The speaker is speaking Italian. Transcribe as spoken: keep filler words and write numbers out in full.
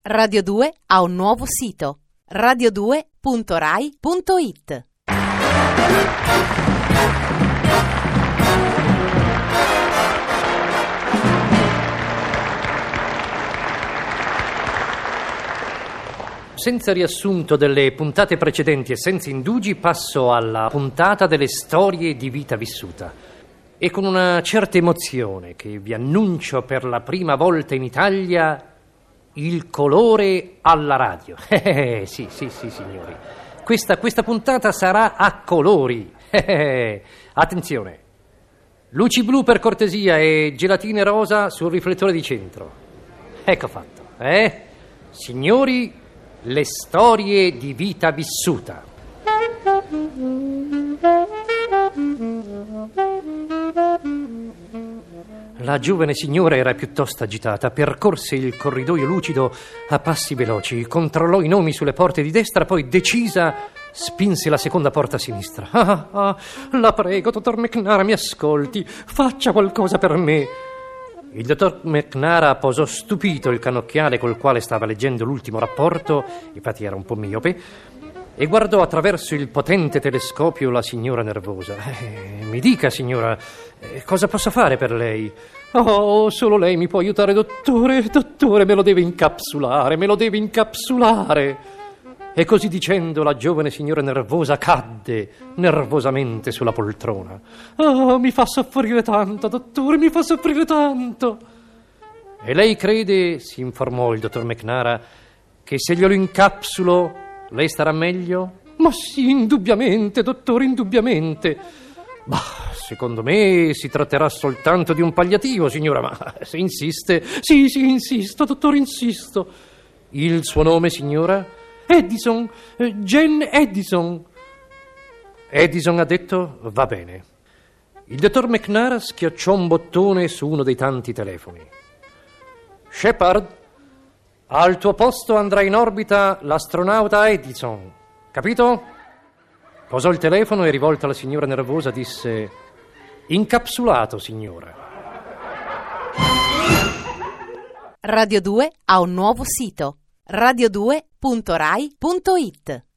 Radio due ha un nuovo sito: radio due punto rai punto it. Senza riassunto delle puntate precedenti e senza indugi, passo alla puntata delle storie di vita vissuta. E con una certa emozione che vi annuncio per la prima volta in Italia il colore alla radio. Eh, sì, sì, sì, signori. Questa, questa puntata sarà a colori. Eh, attenzione. Luci blu per cortesia e gelatine rosa sul riflettore di centro. Ecco fatto, eh? Signori, le storie di vita vissuta. La giovane signora era piuttosto agitata, percorse il corridoio lucido a passi veloci, controllò i nomi sulle porte di destra, poi decisa spinse la seconda porta a sinistra. Ah, ah, la prego, dottor McNara, mi ascolti, faccia qualcosa per me. Il dottor McNara posò stupito il cannocchiale col quale stava leggendo l'ultimo rapporto, infatti era un po' miope, e guardò attraverso il potente telescopio la signora nervosa. Eh, mi dica, signora, eh, cosa posso fare per lei? Oh, solo lei mi può aiutare, dottore, dottore, me lo deve incapsulare, me lo deve incapsulare. E così dicendo la giovane signora nervosa cadde nervosamente sulla poltrona. Oh, mi fa soffrire tanto, dottore, mi fa soffrire tanto. E lei crede, si informò il dottor McNara, che se glielo incapsulo lei starà meglio? Ma sì, indubbiamente, dottore, indubbiamente. Bah, secondo me si tratterà soltanto di un palliativo, signora, ma se insiste... Sì, sì, insisto, dottore, insisto. Il suo nome, signora? Edison, eh, Jen Edison. Edison ha detto, va bene. Il dottor McNara schiacciò un bottone su uno dei tanti telefoni. Shepard, al tuo posto andrà in orbita l'astronauta Edison, capito? Posò il telefono e, rivolto alla signora nervosa, disse: incapsulato, signora. Radio due ha un nuovo sito: radio due punto rai punto it.